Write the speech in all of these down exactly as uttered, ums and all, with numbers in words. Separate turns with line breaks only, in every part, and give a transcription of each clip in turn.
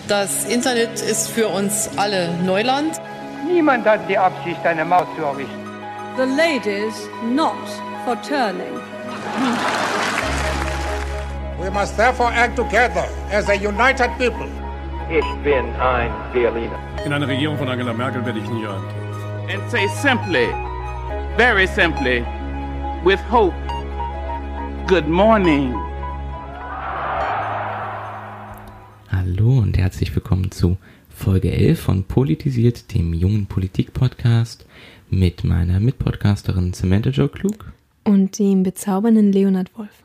Das Internet ist für uns alle Neuland.
Niemand hat die Absicht, eine Maut zu errichten.
The ladies not for turning.
We must therefore act together as a united people.
Ich bin ein Berliner.
In einer Regierung von Angela Merkel werde ich nie rein.
And say simply, very simply, with hope, good morning.
Hallo und herzlich willkommen zu Folge elf von Politisiert, dem jungen Politik-Podcast mit meiner Mitpodcasterin Samantha Jo Klug
und dem bezaubernden Leonhard Wolf.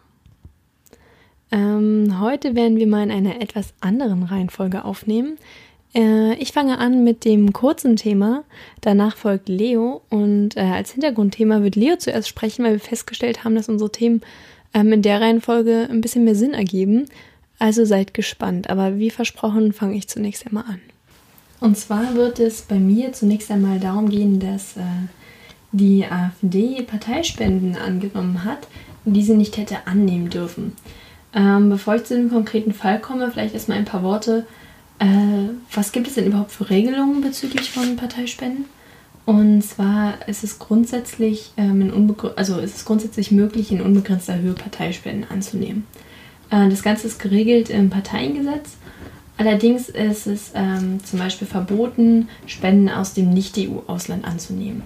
Ähm, heute werden wir mal in einer etwas anderen Reihenfolge aufnehmen. Äh, ich fange an mit dem kurzen Thema, danach folgt Leo und äh, als Hintergrundthema wird Leo zuerst sprechen, weil wir festgestellt haben, dass unsere Themen ähm, in der Reihenfolge ein bisschen mehr Sinn ergeben. Also seid gespannt, aber wie versprochen fange ich zunächst einmal an. Und zwar wird es bei mir zunächst einmal darum gehen, dass äh, die AfD Parteispenden angenommen hat, die sie nicht hätte annehmen dürfen. Ähm, bevor ich zu dem konkreten Fall komme, vielleicht erstmal ein paar Worte. Äh, was gibt es denn überhaupt für Regelungen bezüglich von Parteispenden? Und zwar ist es grundsätzlich, ähm, in unbegr- also ist es grundsätzlich möglich, in unbegrenzter Höhe Parteispenden anzunehmen. Das Ganze ist geregelt im Parteiengesetz. Allerdings ist es ähm, zum Beispiel verboten, Spenden aus dem Nicht-E U-Ausland anzunehmen,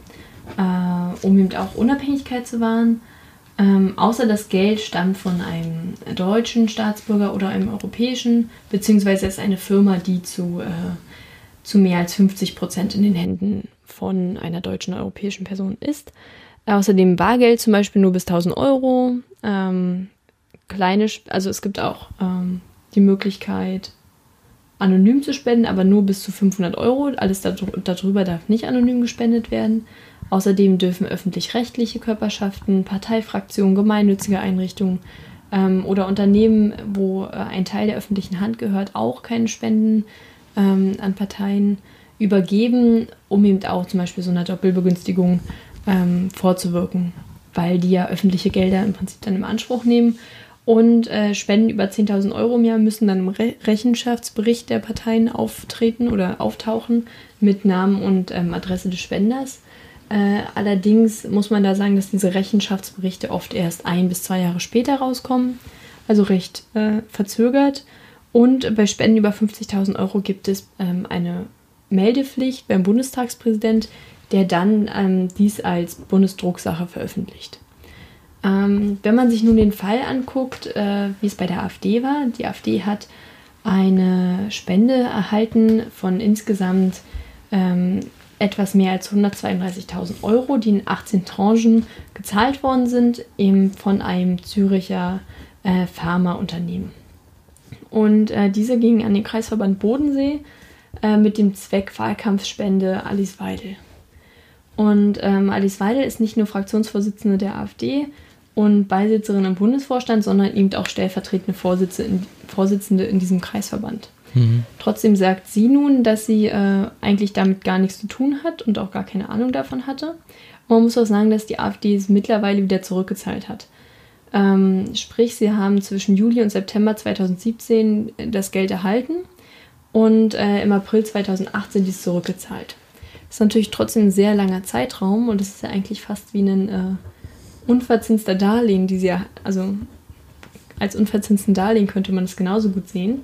äh, um eben auch Unabhängigkeit zu wahren. Ähm, außer das Geld stammt von einem deutschen Staatsbürger oder einem europäischen, beziehungsweise ist eine Firma, die zu, äh, zu mehr als fünfzig Prozent in den Händen von einer deutschen oder europäischen Person ist. Außerdem Bargeld zum Beispiel nur bis tausend Euro. Ähm, Kleine, also es gibt auch ähm, die Möglichkeit, anonym zu spenden, aber nur bis zu fünfhundert Euro. Alles darüber darf nicht anonym gespendet werden. Außerdem dürfen öffentlich-rechtliche Körperschaften, Parteifraktionen, gemeinnützige Einrichtungen ähm, oder Unternehmen, wo äh, ein Teil der öffentlichen Hand gehört, auch keine Spenden ähm, an Parteien übergeben, um eben auch zum Beispiel so einer Doppelbegünstigung ähm, vorzuwirken, weil die ja öffentliche Gelder im Prinzip dann im Anspruch nehmen. Und äh, Spenden über zehntausend Euro im Jahr müssen dann im Re- Rechenschaftsbericht der Parteien auftreten oder auftauchen mit Namen und ähm, Adresse des Spenders. Äh, allerdings muss man da sagen, dass diese Rechenschaftsberichte oft erst ein bis zwei Jahre später rauskommen, also recht äh, verzögert. Und bei Spenden über fünfzigtausend Euro gibt es ähm, eine Meldepflicht beim Bundestagspräsident, der dann ähm, dies als Bundesdrucksache veröffentlicht. Ähm, wenn man sich nun den Fall anguckt, äh, wie es bei der AfD war, die AfD hat eine Spende erhalten von insgesamt ähm, etwas mehr als hundertzweiunddreißigtausend Euro, die in achtzehn Tranchen gezahlt worden sind, eben von einem Züricher äh, Pharmaunternehmen. Und äh, diese gingen an den Kreisverband Bodensee äh, mit dem Zweck Wahlkampfspende Alice Weidel. Und ähm, Alice Weidel ist nicht nur Fraktionsvorsitzende der AfD und Beisitzerin im Bundesvorstand, sondern eben auch stellvertretende Vorsitzende in, Vorsitzende in diesem Kreisverband. Mhm. Trotzdem sagt sie nun, dass sie äh, eigentlich damit gar nichts zu tun hat und auch gar keine Ahnung davon hatte. Und man muss auch sagen, dass die AfD es mittlerweile wieder zurückgezahlt hat. Ähm, sprich, sie haben zwischen Juli und September zweitausendsiebzehn das Geld erhalten und äh, im April zweitausendachtzehn dies zurückgezahlt. Das ist natürlich trotzdem ein sehr langer Zeitraum und es ist ja eigentlich fast wie ein äh, unverzinster Darlehen, die sie ja, also als unverzinsten Darlehen könnte man das genauso gut sehen.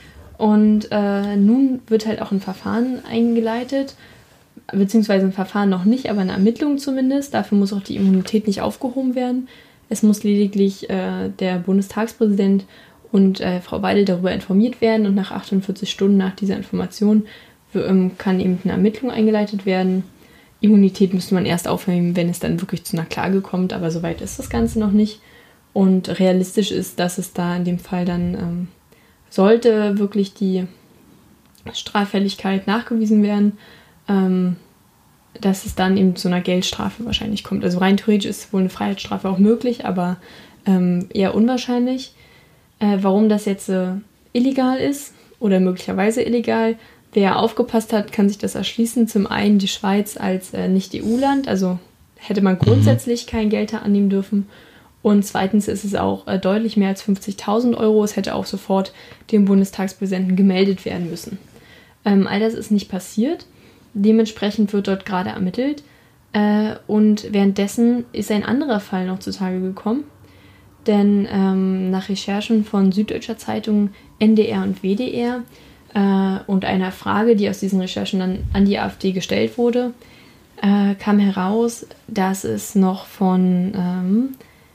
Und äh, nun wird halt auch ein Verfahren eingeleitet, beziehungsweise ein Verfahren noch nicht, aber eine Ermittlung zumindest. Dafür muss auch die Immunität nicht aufgehoben werden. Es muss lediglich äh, der Bundestagspräsident und äh, Frau Weidel darüber informiert werden und nach achtundvierzig Stunden nach dieser Information kann eben eine Ermittlung eingeleitet werden. Immunität müsste man erst aufnehmen, wenn es dann wirklich zu einer Klage kommt, aber soweit ist das Ganze noch nicht. Und realistisch ist, dass es da in dem Fall dann, ähm, sollte wirklich die Straffälligkeit nachgewiesen werden, ähm, dass es dann eben zu einer Geldstrafe wahrscheinlich kommt. Also rein theoretisch ist wohl eine Freiheitsstrafe auch möglich, aber ähm, eher unwahrscheinlich. Äh, warum das jetzt äh, illegal ist oder möglicherweise illegal, wer aufgepasst hat, kann sich das erschließen. Zum einen die Schweiz als äh, Nicht-E U-Land, also hätte man grundsätzlich kein Geld da annehmen dürfen. Und zweitens ist es auch äh, deutlich mehr als fünfzigtausend Euro. Es hätte auch sofort dem Bundestagspräsidenten gemeldet werden müssen. Ähm, all das ist nicht passiert. Dementsprechend wird dort gerade ermittelt. Äh, und währenddessen ist ein anderer Fall noch zutage gekommen. Denn ähm, nach Recherchen von Süddeutscher Zeitung, N D R und W D R äh, und einer Frage, die aus diesen Recherchen dann an die AfD gestellt wurde, äh, kam heraus, dass es noch von, ähm,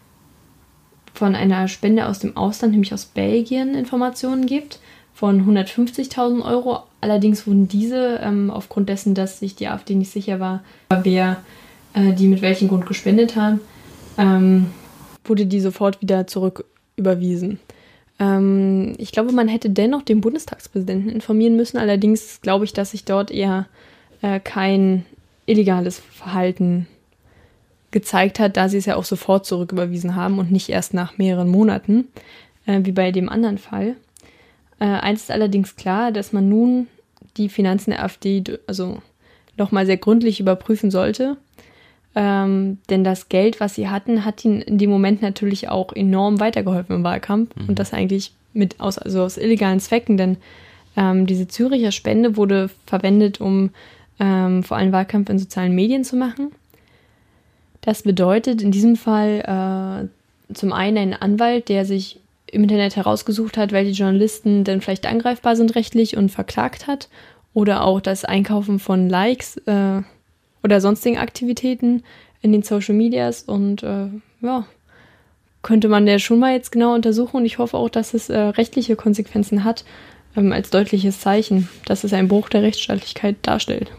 von einer Spende aus dem Ausland, nämlich aus Belgien, Informationen gibt von hundertfünfzigtausend Euro. Allerdings wurden diese ähm, aufgrund dessen, dass sich die AfD nicht sicher war, wer äh, die mit welchem Grund gespendet haben, ähm, wurde die sofort wieder zurück überwiesen. Ähm, ich glaube, man hätte dennoch den Bundestagspräsidenten informieren müssen. Allerdings glaube ich, dass sich dort eher äh, kein illegales Verhalten gezeigt hat, da sie es ja auch sofort zurücküberwiesen haben und nicht erst nach mehreren Monaten, äh, wie bei dem anderen Fall. Äh, eins ist allerdings klar, dass man nun die Finanzen der AfD also nochmal sehr gründlich überprüfen sollte. Ähm, denn das Geld, was sie hatten, hat ihnen in dem Moment natürlich auch enorm weitergeholfen im Wahlkampf. Mhm. Und das eigentlich mit aus, also aus illegalen Zwecken, denn ähm, diese Züricher Spende wurde verwendet, um ähm, vor allem Wahlkampf in sozialen Medien zu machen. Das bedeutet in diesem Fall äh, zum einen einen Anwalt, der sich im Internet herausgesucht hat, welche Journalisten denn vielleicht angreifbar sind rechtlich und verklagt hat, oder auch das Einkaufen von Likes äh, oder sonstigen Aktivitäten in den Social Medias, und äh, ja, könnte man ja schon mal jetzt genau untersuchen, und ich hoffe auch, dass es äh, rechtliche Konsequenzen hat, ähm, als deutliches Zeichen, dass es einen Bruch der Rechtsstaatlichkeit darstellt.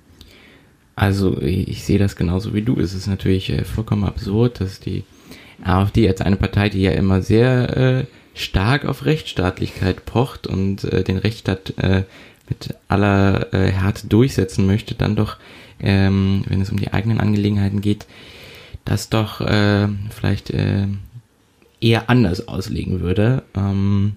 Also ich sehe das genauso wie du. Es ist natürlich äh, vollkommen absurd, dass die AfD als eine Partei, die ja immer sehr äh, stark auf Rechtsstaatlichkeit pocht und äh, den Rechtsstaat äh, mit aller äh, Härte durchsetzen möchte, dann doch, ähm, wenn es um die eigenen Angelegenheiten geht, das doch äh, vielleicht äh, eher anders auslegen würde. Ähm,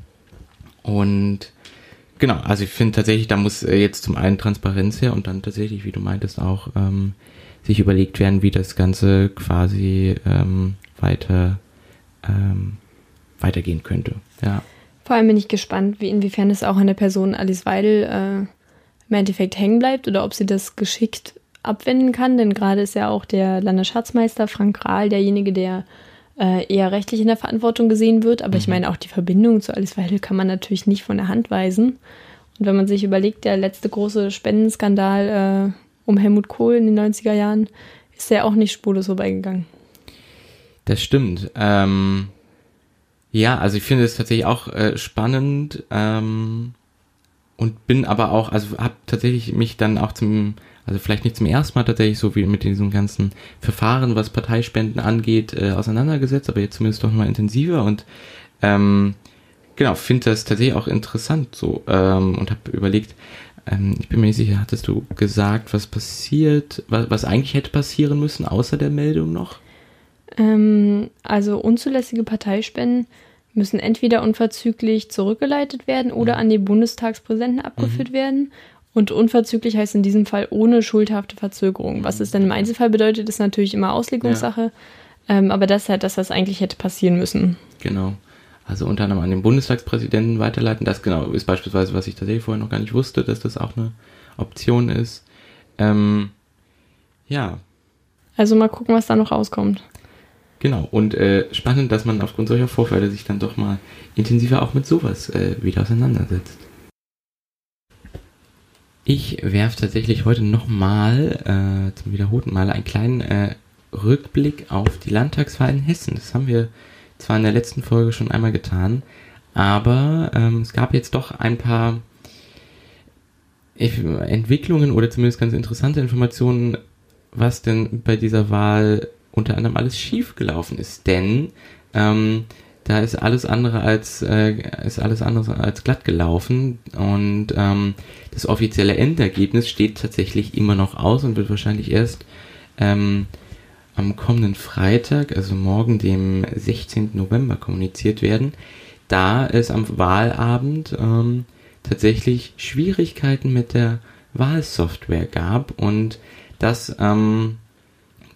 und genau, also ich finde tatsächlich, da muss äh, jetzt zum einen Transparenz her und dann tatsächlich, wie du meintest, auch ähm, sich überlegt werden, wie das Ganze quasi ähm, weiter ähm, weitergehen könnte. Ja.
Vor allem bin ich gespannt, wie inwiefern es auch an der Person Alice Weidel äh, im Endeffekt hängen bleibt oder ob sie das geschickt abwenden kann, denn gerade ist ja auch der Landesschatzmeister Frank Rahl derjenige, der äh, eher rechtlich in der Verantwortung gesehen wird, aber mhm. ich meine, auch die Verbindung zu Alice Weidel kann man natürlich nicht von der Hand weisen. Und wenn man sich überlegt, der letzte große Spendenskandal äh, um Helmut Kohl in den neunziger Jahren, ist der auch nicht spurlos vorbeigegangen.
Das stimmt. Ähm, ja, also ich finde es tatsächlich auch äh, spannend ähm, und bin aber auch, also habe tatsächlich mich dann auch zum, also vielleicht nicht zum ersten Mal tatsächlich so wie mit diesem ganzen Verfahren, was Parteispenden angeht, äh, auseinandergesetzt, aber jetzt zumindest doch mal intensiver und ähm, genau, finde das tatsächlich auch interessant so ähm, und habe überlegt, ähm, ich bin mir nicht sicher, hattest du gesagt, was passiert, was, was eigentlich hätte passieren müssen, außer der Meldung noch?
Ähm, also unzulässige Parteispenden müssen entweder unverzüglich zurückgeleitet werden oder an den Bundestagspräsidenten abgeführt mhm. werden. Und unverzüglich heißt in diesem Fall ohne schuldhafte Verzögerung. Was es dann im Einzelfall bedeutet, ist natürlich immer Auslegungssache. Ja. Ähm, aber das ist halt, dass das eigentlich hätte passieren müssen.
Genau. Also unter anderem an den Bundestagspräsidenten weiterleiten. Das genau ist beispielsweise, was ich tatsächlich vorher noch gar nicht wusste, dass das auch eine Option ist. Ähm, ja.
Also mal gucken, was da noch rauskommt.
Genau, und äh, spannend, dass man aufgrund solcher Vorfälle sich dann doch mal intensiver auch mit sowas äh, wieder auseinandersetzt. Ich werfe tatsächlich heute nochmal, äh, zum wiederholten Mal, einen kleinen äh, Rückblick auf die Landtagswahl in Hessen. Das haben wir zwar in der letzten Folge schon einmal getan, aber ähm, es gab jetzt doch ein paar Entwicklungen oder zumindest ganz interessante Informationen, was denn bei dieser Wahl unter anderem alles schief gelaufen ist, denn ähm, da ist alles andere als äh, ist alles andere als glatt gelaufen und ähm, das offizielle Endergebnis steht tatsächlich immer noch aus und wird wahrscheinlich erst ähm, am kommenden Freitag, also morgen, dem sechzehnten November, kommuniziert werden, da es am Wahlabend ähm, tatsächlich Schwierigkeiten mit der Wahlsoftware gab und das ähm,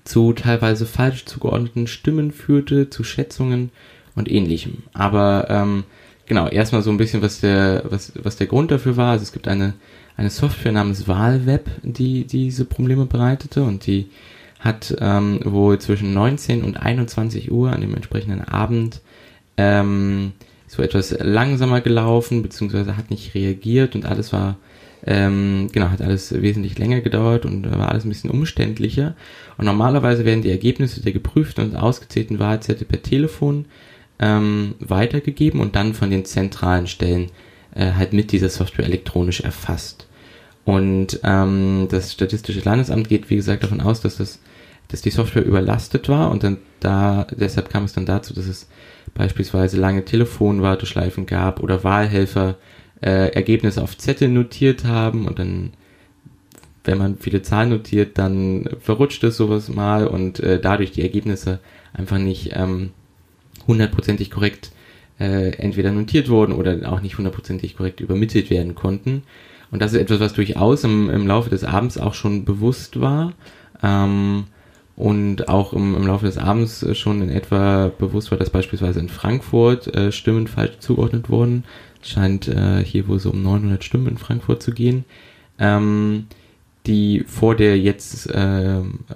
zu teilweise falsch zugeordneten Stimmen führte, zu Schätzungen und Ähnlichem. Aber ähm, genau, erstmal so ein bisschen, was der, was, was der Grund dafür war. Also es gibt eine, eine Software namens Wahlweb, die, die diese Probleme bereitete, und die hat ähm, wohl zwischen neunzehn und einundzwanzig Uhr an dem entsprechenden Abend ähm, so etwas langsamer gelaufen, beziehungsweise hat nicht reagiert, und alles war, ähm, genau, hat alles wesentlich länger gedauert und war alles ein bisschen umständlicher. Und normalerweise werden die Ergebnisse der geprüften und ausgezählten Wahlzettel per Telefon ähm, weitergegeben und dann von den zentralen Stellen äh, halt mit dieser Software elektronisch erfasst. Und ähm, das Statistische Landesamt geht, wie gesagt, davon aus, dass das, dass die Software überlastet war, und dann da, deshalb kam es dann dazu, dass es beispielsweise lange Telefonwarteschleifen gab oder Wahlhelfer äh, Ergebnisse auf Zettel notiert haben, und dann, wenn man viele Zahlen notiert, dann verrutscht es sowas mal und äh, dadurch die Ergebnisse einfach nicht ähm, hundertprozentig korrekt äh, entweder notiert wurden oder auch nicht hundertprozentig korrekt übermittelt werden konnten. Und das ist etwas, was durchaus im, im Laufe des Abends auch schon bewusst war, ähm, und auch im, im Laufe des Abends schon in etwa bewusst war, dass beispielsweise in Frankfurt äh, Stimmen falsch zugeordnet wurden. Es scheint äh, hier wohl so um neunhundert Stimmen in Frankfurt zu gehen, ähm, die vor der jetzt äh,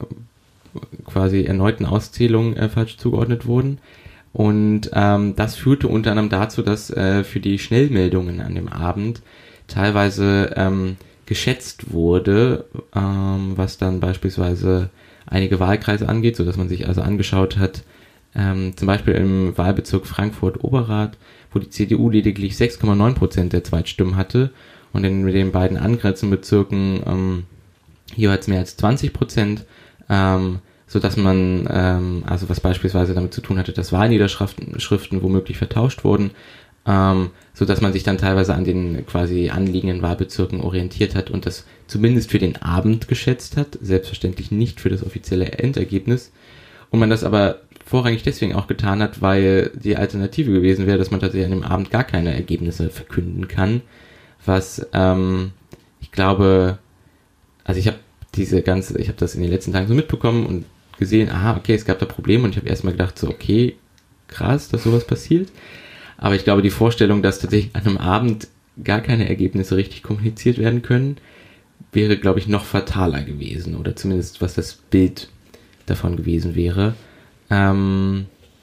quasi erneuten Auszählung äh, falsch zugeordnet wurden. Und ähm, das führte unter anderem dazu, dass äh, für die Schnellmeldungen an dem Abend teilweise ähm, geschätzt wurde, ähm, was dann beispielsweise einige Wahlkreise angeht, so dass man sich also angeschaut hat, ähm, zum Beispiel im Wahlbezirk Frankfurt-Oberrat, wo die C D U lediglich sechs Komma neun Prozent der Zweitstimmen hatte, und in den beiden angrenzenden Bezirken ähm, jeweils mehr als zwanzig Prozent, ähm, so dass man, ähm, also was beispielsweise damit zu tun hatte, dass Wahlniederschriften Schriften womöglich vertauscht wurden, ähm, so dass man sich dann teilweise an den quasi anliegenden Wahlbezirken orientiert hat und das zumindest für den Abend geschätzt hat, selbstverständlich nicht für das offizielle Endergebnis, und man das aber vorrangig deswegen auch getan hat, weil die Alternative gewesen wäre, dass man tatsächlich an dem Abend gar keine Ergebnisse verkünden kann, was ähm, ich glaube, also ich habe diese ganze, ich habe das in den letzten Tagen so mitbekommen und gesehen, aha, okay, es gab da Probleme, und ich habe erstmal gedacht, so okay, krass, dass sowas passiert. Aber ich glaube, die Vorstellung, dass tatsächlich an einem Abend gar keine Ergebnisse richtig kommuniziert werden können, wäre, glaube ich, noch fataler gewesen, oder zumindest was das Bild davon gewesen wäre. Ähm,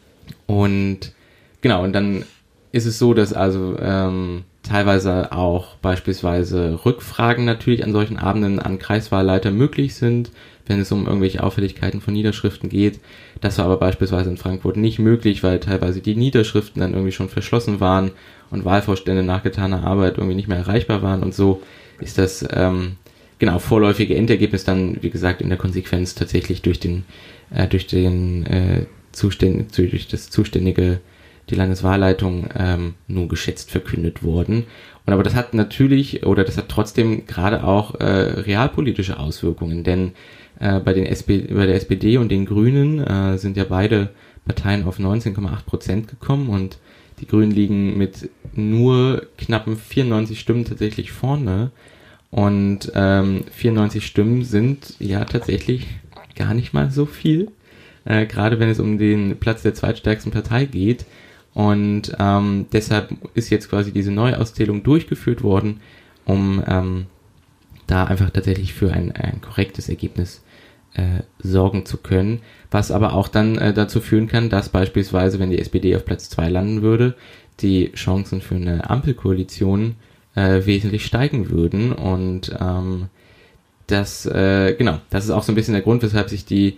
und genau, und dann ist es so, dass also ähm, teilweise auch beispielsweise Rückfragen natürlich an solchen Abenden an Kreiswahlleiter möglich sind, wenn es um irgendwelche Auffälligkeiten von Niederschriften geht. Das war aber beispielsweise in Frankfurt nicht möglich, weil teilweise die Niederschriften dann irgendwie schon verschlossen waren und Wahlvorstände nach getaner Arbeit irgendwie nicht mehr erreichbar waren, und so ist das ähm, genau vorläufige Endergebnis dann, wie gesagt, in der Konsequenz tatsächlich durch den äh, durch den äh, Zuständ, durch das zuständige die Landeswahlleitung ähm, nur geschätzt verkündet worden. Und aber das hat natürlich, oder das hat trotzdem gerade auch äh, realpolitische Auswirkungen, denn äh, bei den S P, bei der S P D und den Grünen äh, sind ja beide Parteien auf neunzehn Komma acht Prozent gekommen, und die Grünen liegen mit nur knappen vierundneunzig Stimmen tatsächlich vorne, und ähm, vierundneunzig Stimmen sind ja tatsächlich gar nicht mal so viel, äh, gerade wenn es um den Platz der zweitstärksten Partei geht. Und ähm, deshalb ist jetzt quasi diese Neuauszählung durchgeführt worden, um ähm, da einfach tatsächlich für ein, ein korrektes Ergebnis äh, sorgen zu können, was aber auch dann äh, dazu führen kann, dass beispielsweise, wenn die S P D auf Platz zwei landen würde, die Chancen für eine Ampelkoalition äh, wesentlich steigen würden, und ähm, das, äh, genau, das ist auch so ein bisschen der Grund, weshalb sich die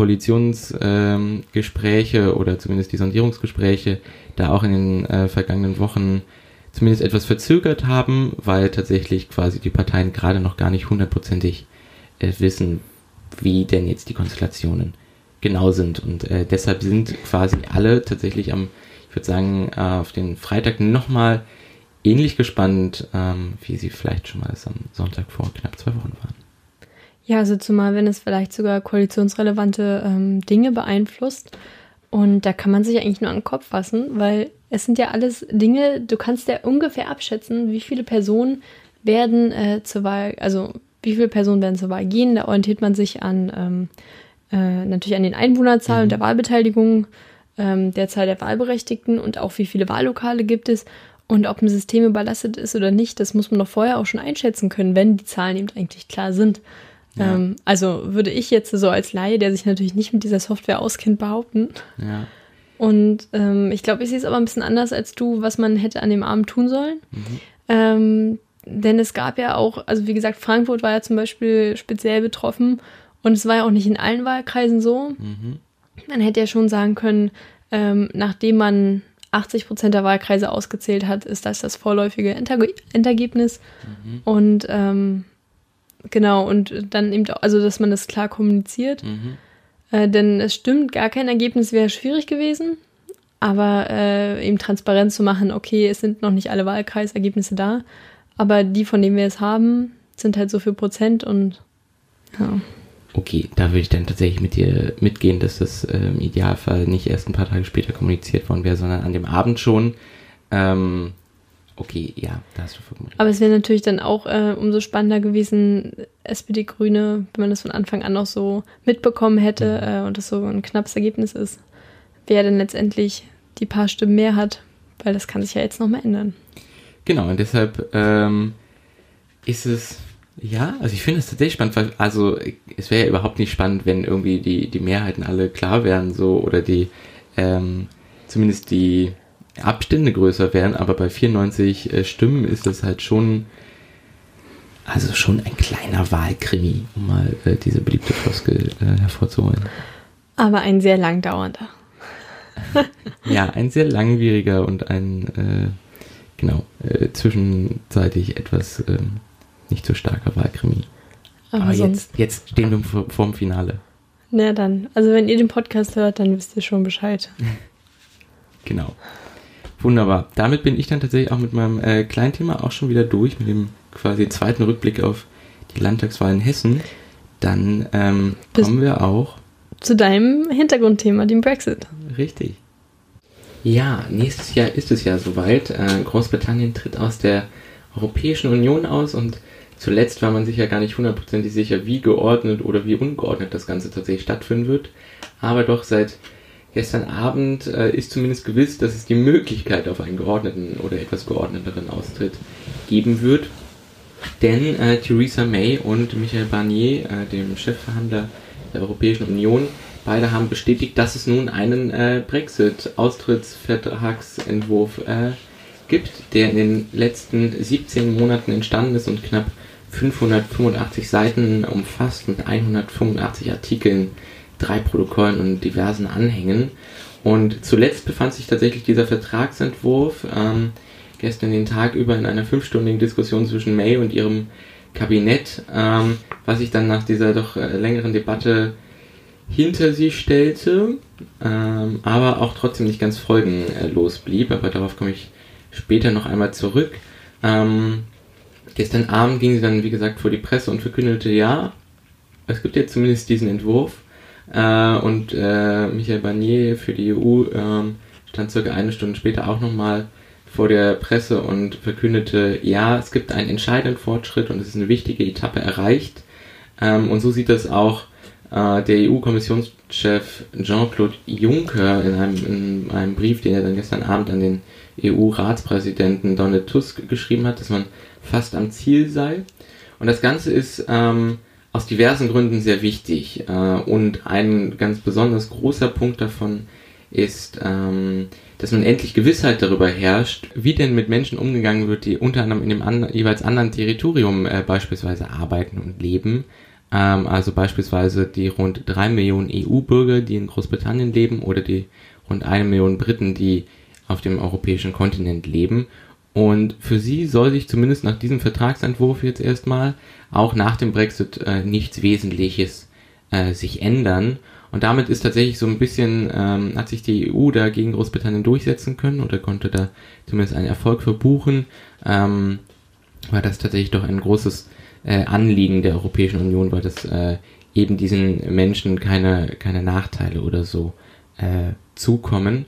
Koalitionsgespräche ähm, oder zumindest die Sondierungsgespräche da auch in den äh, vergangenen Wochen zumindest etwas verzögert haben, weil tatsächlich quasi die Parteien gerade noch gar nicht hundertprozentig äh, wissen, wie denn jetzt die Konstellationen genau sind, und äh, deshalb sind quasi alle tatsächlich am, ich würde sagen, äh, auf den Freitag nochmal ähnlich gespannt, ähm, wie sie vielleicht schon mal am Sonntag vor knapp zwei Wochen waren.
Ja, also zumal, wenn es vielleicht sogar koalitionsrelevante ähm, Dinge beeinflusst. Und da kann man sich eigentlich nur an den Kopf fassen, weil es sind ja alles Dinge, du kannst ja ungefähr abschätzen, wie viele Personen werden äh, zur Wahl, also wie viele Personen werden zur Wahl gehen. Da orientiert man sich an ähm, äh, natürlich an den Einwohnerzahlen
Mhm.
und der Wahlbeteiligung, ähm, der Zahl der Wahlberechtigten und auch wie viele Wahllokale gibt es. Und ob ein System überlastet ist oder nicht, das muss man doch vorher auch schon einschätzen können, wenn die Zahlen eben eigentlich klar sind.
Ja.
Ähm, also würde ich jetzt so als Laie, der sich natürlich nicht mit dieser Software auskennt, behaupten.
Ja.
Und ähm, ich glaube, ich sehe es aber ein bisschen anders als du, was man hätte an dem Abend tun sollen.
Mhm.
Ähm, denn es gab ja auch, also wie gesagt, Frankfurt war ja zum Beispiel speziell betroffen und es war ja auch nicht in allen Wahlkreisen so.
Mhm.
Man hätte ja schon sagen können, ähm, nachdem man achtzig Prozent der Wahlkreise ausgezählt hat, ist das das vorläufige Enderge- Endergebnis.
Mhm.
Und ähm, genau, und dann eben auch, also dass man das klar kommuniziert.
Mhm.
Äh, denn es stimmt, gar kein Ergebnis wäre schwierig gewesen. Aber äh, eben transparent zu machen, okay, es sind noch nicht alle Wahlkreisergebnisse da, aber die, von denen wir es haben, sind halt so viel Prozent und ja.
Okay, da würde ich dann tatsächlich mit dir mitgehen, dass das äh, im Idealfall nicht erst ein paar Tage später kommuniziert worden wäre, sondern an dem Abend schon. Ähm, okay, ja, da hast du vollkommen recht.
Aber es wäre natürlich dann auch äh, umso spannender gewesen, S P D Grüne, wenn man das von Anfang an noch so mitbekommen hätte äh, und das so ein knappes Ergebnis ist, wer denn letztendlich die paar Stimmen mehr hat, weil das kann sich ja jetzt noch mal ändern.
Genau, und deshalb ähm, ist es, ja, also ich finde es tatsächlich spannend, weil, also es wäre ja überhaupt nicht spannend, wenn irgendwie die, die Mehrheiten alle klar wären, so, oder die, ähm, zumindest die Abstände größer wären, aber bei vierundneunzig äh, Stimmen ist das halt schon, also schon ein kleiner Wahlkrimi, um mal äh, diese beliebte Floskel äh, hervorzuholen.
Aber ein sehr lang dauernder.
Ja, ein sehr langwieriger und ein, äh, genau, äh, zwischenzeitlich etwas ähm, nicht so starker Wahlkrimi.
Aber,
Aber
sonst,
jetzt, jetzt stehen wir vor, vor dem Finale.
na dann, also wenn ihr den Podcast hört, dann wisst ihr schon Bescheid.
Genau. Wunderbar. Damit bin ich dann tatsächlich auch mit meinem äh, kleinen Thema auch schon wieder durch, mit dem quasi zweiten Rückblick auf die Landtagswahl in Hessen. Dann ähm, kommen wir auch
zu deinem Hintergrundthema, dem Brexit.
Richtig. Ja, nächstes Jahr ist es ja soweit. Äh, Großbritannien tritt aus der Europäischen Union aus und zuletzt war man sich ja gar nicht hundertprozentig sicher, wie geordnet oder wie ungeordnet das Ganze tatsächlich stattfinden wird. Aber doch seit gestern Abend äh, ist zumindest gewiss, dass es die Möglichkeit auf einen geordneten oder etwas geordneteren Austritt geben wird. Denn äh, Theresa May und Michel Barnier, äh, dem Chefverhandler der Europäischen Union, beide haben bestätigt, dass es nun einen äh, Brexit-Austrittsvertragsentwurf äh, gibt, der in den letzten siebzehn Monaten entstanden ist und knapp fünfhundertfünfundachtzig Seiten umfasst mit hundertfünfundachtzig Artikeln, drei Protokollen und diversen Anhängen. Und zuletzt befand sich tatsächlich dieser Vertragsentwurf ähm, gestern den Tag über in einer fünfstündigen Diskussion zwischen May und ihrem Kabinett, ähm, was sich dann nach dieser doch äh, längeren Debatte hinter sie stellte, ähm, aber auch trotzdem nicht ganz folgenlos blieb, aber darauf komme ich später noch einmal zurück. Ähm, gestern Abend ging sie dann, wie gesagt, vor die Presse und verkündete, ja, es gibt jetzt zumindest diesen Entwurf, äh, und äh, Michel Barnier für die E U äh, stand circa eine Stunde später auch nochmal vor der Presse und verkündete, ja, es gibt einen entscheidenden Fortschritt und es ist eine wichtige Etappe erreicht. Ähm, und so sieht das auch äh, der E U-Kommissionschef Jean-Claude Juncker in einem, in einem Brief, den er dann gestern Abend an den E U-Ratspräsidenten Donald Tusk geschrieben hat, dass man fast am Ziel sei. Und das Ganze ist ähm, aus diversen Gründen sehr wichtig. Äh, und ein ganz besonders großer Punkt davon ist, ähm, dass nun endlich Gewissheit darüber herrscht, wie denn mit Menschen umgegangen wird, die unter anderem in dem an, jeweils anderen Territorium äh, beispielsweise arbeiten und leben. Ähm, also beispielsweise die rund drei Millionen E U-Bürger, die in Großbritannien leben, oder die rund eine Million Briten, die auf dem europäischen Kontinent leben. Und für sie soll sich zumindest nach diesem Vertragsentwurf jetzt erstmal auch nach dem Brexit äh, nichts Wesentliches äh, sich ändern. Und damit ist tatsächlich so ein bisschen, ähm, hat sich die E U da gegen Großbritannien durchsetzen können oder konnte da zumindest einen Erfolg verbuchen, ähm, weil das tatsächlich doch ein großes äh, Anliegen der Europäischen Union war, dass äh, eben diesen Menschen keine, keine Nachteile oder so äh, zukommen.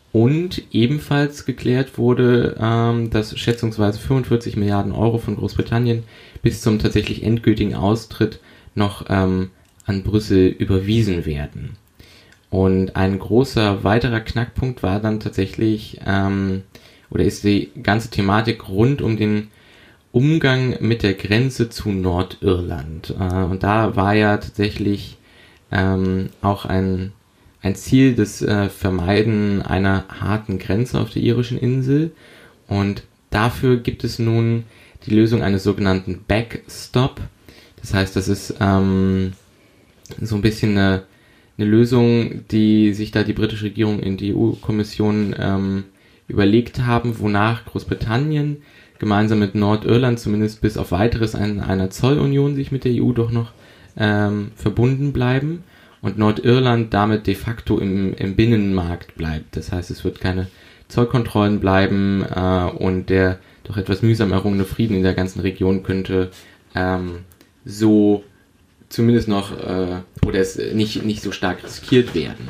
Und ebenfalls geklärt wurde, ähm, dass schätzungsweise fünfundvierzig Milliarden Euro von Großbritannien bis zum tatsächlich endgültigen Austritt noch ähm, an Brüssel überwiesen werden. Und ein großer weiterer Knackpunkt war dann tatsächlich, ähm, oder ist die ganze Thematik rund um den Umgang mit der Grenze zu Nordirland. Äh, und da war ja tatsächlich ähm, auch ein, ein Ziel das äh, Vermeiden einer harten Grenze auf der irischen Insel. Und dafür gibt es nun die Lösung eines sogenannten Backstop. Das heißt, das ist ähm, so ein bisschen eine, eine Lösung, die sich da die britische Regierung in die E U-Kommission ähm, überlegt haben, wonach Großbritannien gemeinsam mit Nordirland zumindest bis auf weiteres in einer Zollunion sich mit der E U doch noch ähm, verbunden bleiben und Nordirland damit de facto im, im Binnenmarkt bleibt. Das heißt, es wird keine Zollkontrollen bleiben äh, und der doch etwas mühsam errungene Frieden in der ganzen Region könnte ähm, so zumindest noch äh, oder es nicht, nicht so stark riskiert werden.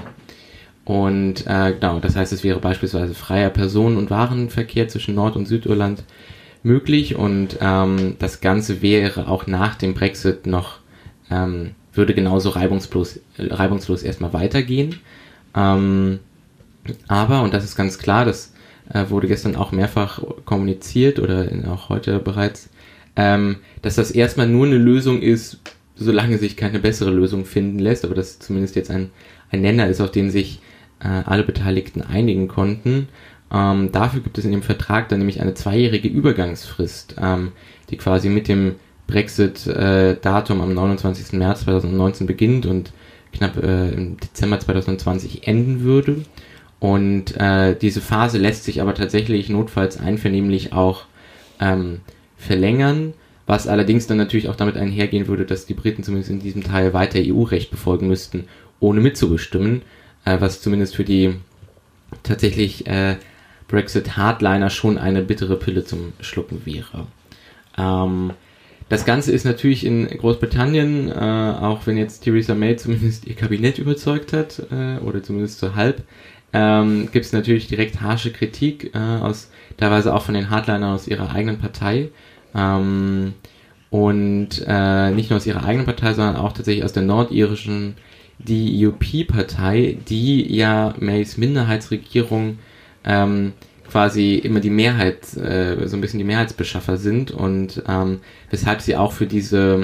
Und äh, genau, das heißt, es wäre beispielsweise freier Personen- und Warenverkehr zwischen Nord- und Südirland möglich und ähm, das Ganze wäre auch nach dem Brexit noch, ähm, würde genauso reibungslos, reibungslos erstmal weitergehen. Ähm, aber, und das ist ganz klar, das äh, wurde gestern auch mehrfach kommuniziert oder in, auch heute bereits, ähm, dass das erstmal nur eine Lösung ist, solange sich keine bessere Lösung finden lässt, aber das zumindest jetzt ein, ein Nenner ist, auf den sich äh, alle Beteiligten einigen konnten. Ähm, dafür gibt es in dem Vertrag dann nämlich eine zweijährige Übergangsfrist, ähm, die quasi mit dem Brexit-Datum äh, am neunundzwanzigsten März zweitausendneunzehn beginnt und knapp äh, im Dezember zweitausendzwanzig enden würde. Und äh, diese Phase lässt sich aber tatsächlich notfalls einvernehmlich auch ähm, verlängern, was allerdings dann natürlich auch damit einhergehen würde, dass die Briten zumindest in diesem Teil weiter E U-Recht befolgen müssten, ohne mitzubestimmen, äh, was zumindest für die tatsächlich äh, Brexit-Hardliner schon eine bittere Pille zum Schlucken wäre. Ähm, das Ganze ist natürlich in Großbritannien, äh, auch wenn jetzt Theresa May zumindest ihr Kabinett überzeugt hat, äh, oder zumindest so halb, ähm, gibt es natürlich direkt harsche Kritik, äh, aus teilweise auch von den Hardlinern aus ihrer eigenen Partei. Ähm, und äh, nicht nur aus ihrer eigenen Partei, sondern auch tatsächlich aus der nordirischen D U P-Partei, die ja Mays Minderheitsregierung ähm, quasi immer die Mehrheit, äh, so ein bisschen die Mehrheitsbeschaffer sind und ähm, weshalb sie auch für diese,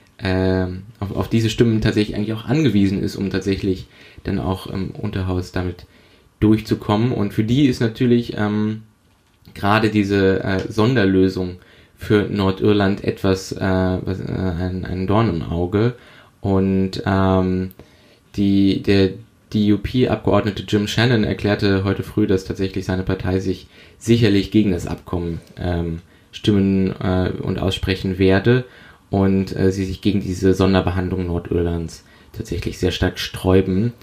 äh, auf, auf diese Stimmen tatsächlich eigentlich auch angewiesen ist, um tatsächlich dann auch im Unterhaus damit durchzukommen. Und für die ist natürlich ähm, gerade diese äh, Sonderlösung für Nordirland etwas, äh, was, äh, ein, ein Dorn im Auge. Und ähm, die, der D U P-Abgeordnete Jim Shannon erklärte heute früh, dass tatsächlich seine Partei sich sicherlich gegen das Abkommen ähm, stimmen äh, und aussprechen werde und äh, sie sich gegen diese Sonderbehandlung Nordirlands tatsächlich sehr stark sträuben.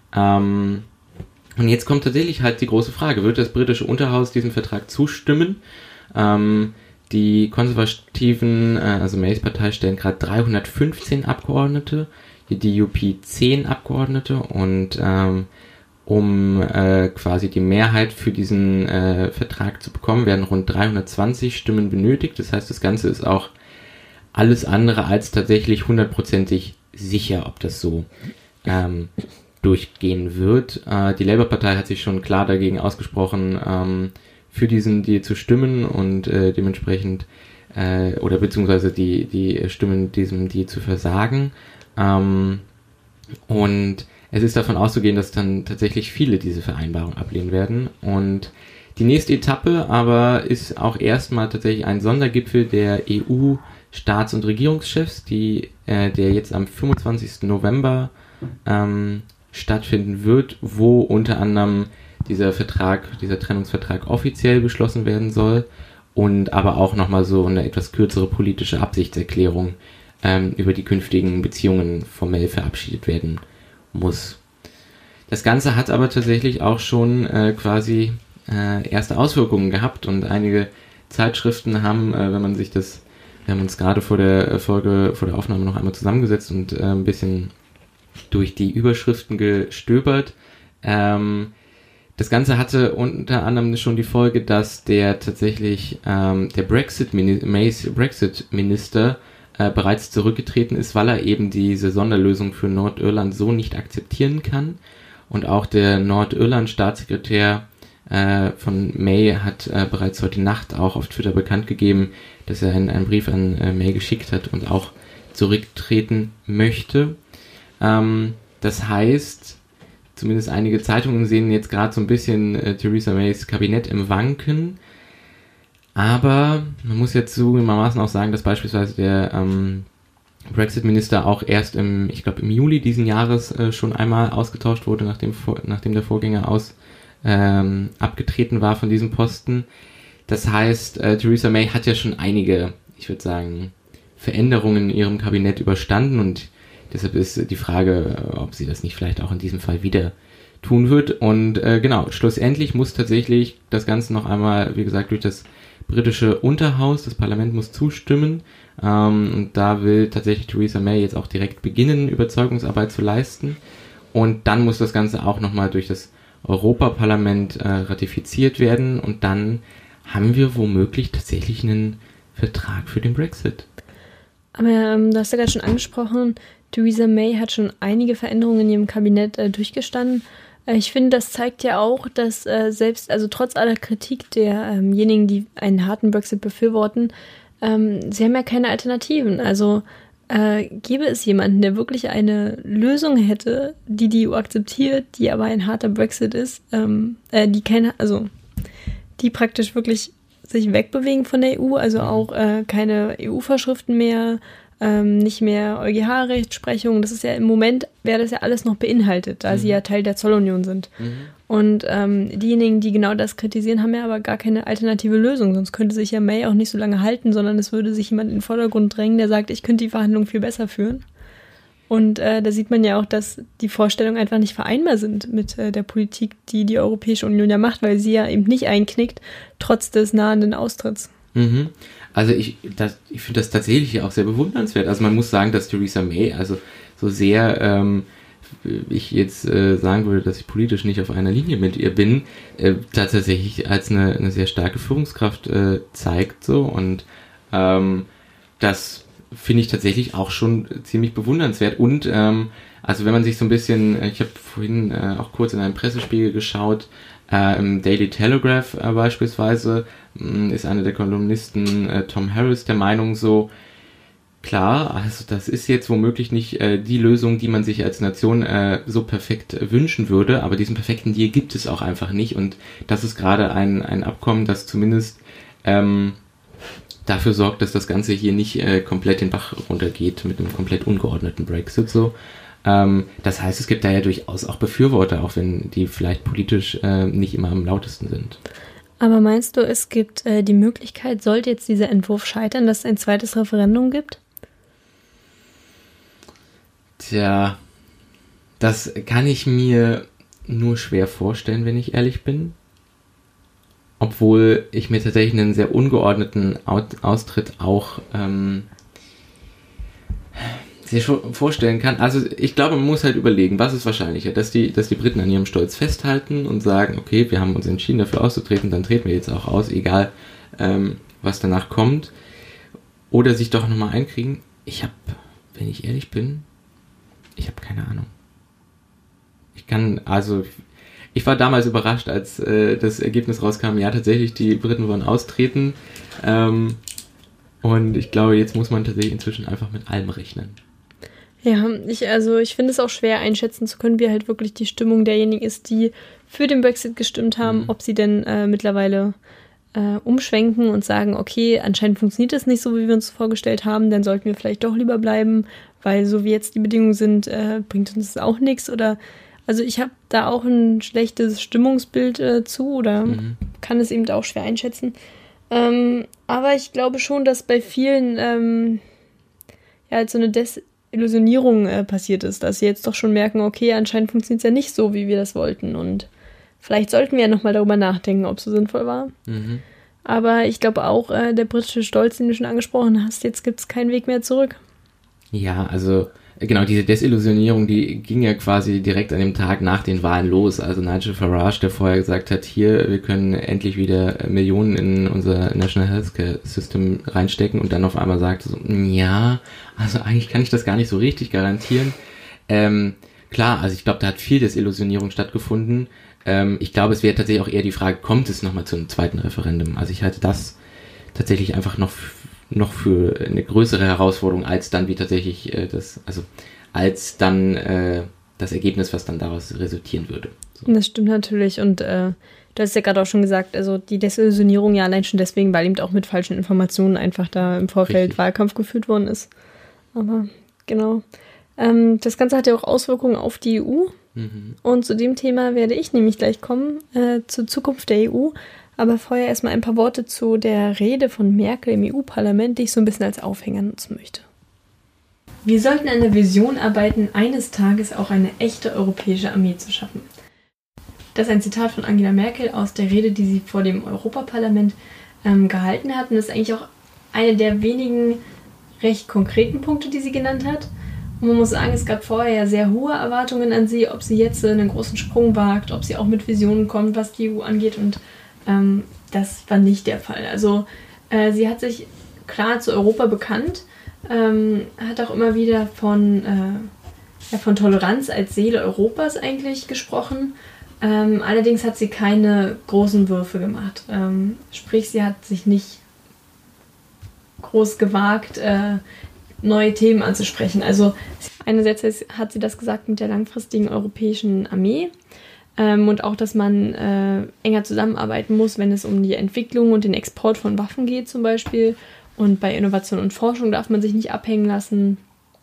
Ähm, und jetzt kommt tatsächlich halt die große Frage, wird das britische Unterhaus diesem Vertrag zustimmen? Ähm, die Konservativen, äh, also Mays Partei, stellen gerade dreihundertfünfzehn Abgeordnete, die D U P zehn Abgeordnete und ähm, um äh, quasi die Mehrheit für diesen äh, Vertrag zu bekommen, werden rund dreihundertzwanzig Stimmen benötigt. Das heißt, das Ganze ist auch alles andere als tatsächlich hundertprozentig sicher, ob das so ähm, durchgehen wird. Äh, die Labour-Partei hat sich schon klar dagegen ausgesprochen, ähm, für diesen Deal zu stimmen und äh, dementsprechend äh, oder beziehungsweise die, die Stimmen diesem Deal zu versagen. Ähm, und es ist davon auszugehen, dass dann tatsächlich viele diese Vereinbarung ablehnen werden. Und die nächste Etappe aber ist auch erstmal tatsächlich ein Sondergipfel der E U-Staats- und Regierungschefs, die, äh, der jetzt am fünfundzwanzigsten November ähm, stattfinden wird, wo unter anderem dieser Vertrag, dieser Trennungsvertrag offiziell beschlossen werden soll und aber auch nochmal so eine etwas kürzere politische Absichtserklärung ähm, über die künftigen Beziehungen formell verabschiedet werden muss. Das Ganze hat aber tatsächlich auch schon äh, quasi äh, erste Auswirkungen gehabt und einige Zeitschriften haben, äh, wenn man sich das, wir haben uns gerade vor der Folge, vor der Aufnahme noch einmal zusammengesetzt und äh, ein bisschen durch die Überschriften gestöbert. Ähm, das Ganze hatte unter anderem schon die Folge, dass der tatsächlich ähm, der Brexit Mays Brexit Minister äh, bereits zurückgetreten ist, weil er eben diese Sonderlösung für Nordirland so nicht akzeptieren kann. Und auch der Nordirland-Staatssekretär äh, von May hat äh, bereits heute Nacht auch auf Twitter bekannt gegeben, dass er einen, einen Brief an äh, May geschickt hat und auch zurücktreten möchte. Ähm, das heißt, zumindest einige Zeitungen sehen jetzt gerade so ein bisschen äh, Theresa Mays Kabinett im Wanken. Aber man muss jetzt zugegebenermaßen auch sagen, dass beispielsweise der ähm, Brexit-Minister auch erst im, ich glaube im Juli diesen Jahres äh, schon einmal ausgetauscht wurde, nachdem, nachdem der Vorgänger aus ähm, abgetreten war von diesem Posten. Das heißt, äh, Theresa May hat ja schon einige, ich würde sagen, Veränderungen in ihrem Kabinett überstanden und deshalb ist die Frage, ob sie das nicht vielleicht auch in diesem Fall wieder tun wird. Und äh, genau, schlussendlich muss tatsächlich das Ganze noch einmal, wie gesagt, durch das britische Unterhaus, das Parlament muss zustimmen. Ähm, und da will tatsächlich Theresa May jetzt auch direkt beginnen, Überzeugungsarbeit zu leisten. Und dann muss das Ganze auch nochmal durch das Europaparlament äh, ratifiziert werden. Und dann haben wir womöglich tatsächlich einen Vertrag für den Brexit.
Aber ähm, du hast ja gerade schon angesprochen, Theresa May hat schon einige Veränderungen in ihrem Kabinett äh, durchgestanden. Äh, ich finde, das zeigt ja auch, dass äh, selbst, also trotz aller Kritik derjenigen, ähm die einen harten Brexit befürworten, ähm, sie haben ja keine Alternativen. Also äh, gäbe es jemanden, der wirklich eine Lösung hätte, die die E U akzeptiert, die aber ein harter Brexit ist, ähm, äh, die keine, also die praktisch wirklich sich wegbewegen von der E U, also auch äh, keine E U-Vorschriften mehr, ähm, nicht mehr EuGH-Rechtsprechung. Das ist ja im Moment, wäre das ja alles noch beinhaltet, da mhm. sie ja Teil der Zollunion sind. Mhm. Und ähm, diejenigen, die genau das kritisieren, haben ja aber gar keine alternative Lösung. Sonst könnte sich ja May auch nicht so lange halten, sondern es würde sich jemand in den Vordergrund drängen, der sagt, ich könnte die Verhandlungen viel besser führen. Und äh, da sieht man ja auch, dass die Vorstellungen einfach nicht vereinbar sind mit äh, der Politik, die die Europäische Union ja macht, weil sie ja eben nicht einknickt, trotz des nahenden Austritts.
Mhm. Also ich, das, ich finde das tatsächlich auch sehr bewundernswert. Also man muss sagen, dass Theresa May, also so sehr ähm, ich jetzt äh, sagen würde, dass ich politisch nicht auf einer Linie mit ihr bin, äh, tatsächlich als eine, eine sehr starke Führungskraft äh, zeigt so und ähm, das finde ich tatsächlich auch schon ziemlich bewundernswert und ähm, also wenn man sich so ein bisschen, ich habe vorhin äh, auch kurz in einen Pressespiegel geschaut, äh, im Daily Telegraph äh, beispielsweise mh, ist einer der Kolumnisten äh, Tom Harris der Meinung so, klar, also das ist jetzt womöglich nicht äh, die Lösung, die man sich als Nation äh, so perfekt äh, wünschen würde, aber diesen perfekten Deal gibt es auch einfach nicht und das ist gerade ein, ein Abkommen, das zumindest ähm, dafür sorgt, dass das Ganze hier nicht äh, komplett den Bach runtergeht mit einem komplett ungeordneten Brexit so. Ähm, das heißt, es gibt da ja durchaus auch Befürworter, auch wenn die vielleicht politisch äh, nicht immer am lautesten sind.
Aber meinst du, es gibt äh, die Möglichkeit, sollte jetzt dieser Entwurf scheitern, dass es ein zweites Referendum gibt?
Tja, das kann ich mir nur schwer vorstellen, wenn ich ehrlich bin. Obwohl ich mir tatsächlich einen sehr ungeordneten Austritt auch ähm, sehr vorstellen kann. Also ich glaube, man muss halt überlegen, was ist wahrscheinlicher, dass die, dass die Briten an ihrem Stolz festhalten und sagen, okay, wir haben uns entschieden dafür auszutreten, dann treten wir jetzt auch aus, egal ähm, was danach kommt. Oder sich doch nochmal einkriegen. Ich habe, wenn ich ehrlich bin, ich habe keine Ahnung. Ich kann, also... Ich war damals überrascht, als äh, das Ergebnis rauskam, ja, tatsächlich, die Briten wollen austreten. Ähm, und ich glaube, jetzt muss man tatsächlich inzwischen einfach mit allem rechnen.
Ja, ich, also ich finde es auch schwer einschätzen zu können, wie halt wirklich die Stimmung derjenigen ist, die für den Brexit gestimmt haben, mhm. ob sie denn äh, mittlerweile äh, umschwenken und sagen, okay, anscheinend funktioniert das nicht so, wie wir uns vorgestellt haben, dann sollten wir vielleicht doch lieber bleiben, weil so wie jetzt die Bedingungen sind, äh, bringt uns das auch nichts oder also ich habe da auch ein schlechtes Stimmungsbild äh, zu oder mhm. kann es eben auch schwer einschätzen. Ähm, aber ich glaube schon, dass bei vielen ähm, ja halt so eine Desillusionierung äh, passiert ist, dass sie jetzt doch schon merken, okay, anscheinend funktioniert es ja nicht so, wie wir das wollten und vielleicht sollten wir ja nochmal darüber nachdenken, ob es so sinnvoll war. Mhm. Aber ich glaube auch, äh, der britische Stolz, den du schon angesprochen hast, jetzt gibt es keinen Weg mehr zurück.
Ja, also genau, diese Desillusionierung, die ging ja quasi direkt an dem Tag nach den Wahlen los. Also Nigel Farage, der vorher gesagt hat, hier, wir können endlich wieder Millionen in unser National Healthcare System reinstecken und dann auf einmal sagte so, ja, also eigentlich kann ich das gar nicht so richtig garantieren. Ähm, klar, also ich glaube, da hat viel Desillusionierung stattgefunden. Ähm, ich glaube, es wäre tatsächlich auch eher die Frage, kommt es nochmal zu einem zweiten Referendum? Also ich halte das tatsächlich einfach noch noch für eine größere Herausforderung als dann wie tatsächlich äh, das, also als dann äh, das Ergebnis, was dann daraus resultieren würde.
So. Das stimmt natürlich und äh, du hast ja gerade auch schon gesagt, also die Desillusionierung ja allein schon deswegen, weil eben auch mit falschen Informationen einfach da im Vorfeld Richtig. Wahlkampf geführt worden ist. Aber genau. Ähm, das Ganze hat ja auch Auswirkungen auf die E U mhm. und zu dem Thema werde ich nämlich gleich kommen, äh, zur Zukunft der E U. Aber vorher erstmal ein paar Worte zu der Rede von Merkel im E U-Parlament, die ich so ein bisschen als Aufhänger nutzen möchte. Wir sollten an der Vision arbeiten, eines Tages auch eine echte europäische Armee zu schaffen. Das ist ein Zitat von Angela Merkel aus der Rede, die sie vor dem Europaparlament ähm, gehalten hat. Und das ist eigentlich auch eine der wenigen recht konkreten Punkte, die sie genannt hat. Und man muss sagen, es gab vorher ja sehr hohe Erwartungen an sie, ob sie jetzt einen großen Sprung wagt, ob sie auch mit Visionen kommt, was die E U angeht. Und ähm, das war nicht der Fall. Also äh, sie hat sich klar zu Europa bekannt, ähm, hat auch immer wieder von, äh, ja, von Toleranz als Seele Europas eigentlich gesprochen. Ähm, allerdings hat sie keine großen Würfe gemacht. Ähm, sprich, sie hat sich nicht groß gewagt, äh, neue Themen anzusprechen. Also einerseits hat sie das gesagt mit der langfristigen europäischen Armee ähm, und auch, dass man äh, enger zusammenarbeiten muss, wenn es um die Entwicklung und den Export von Waffen geht zum Beispiel. Und bei Innovation und Forschung darf man sich nicht abhängen lassen.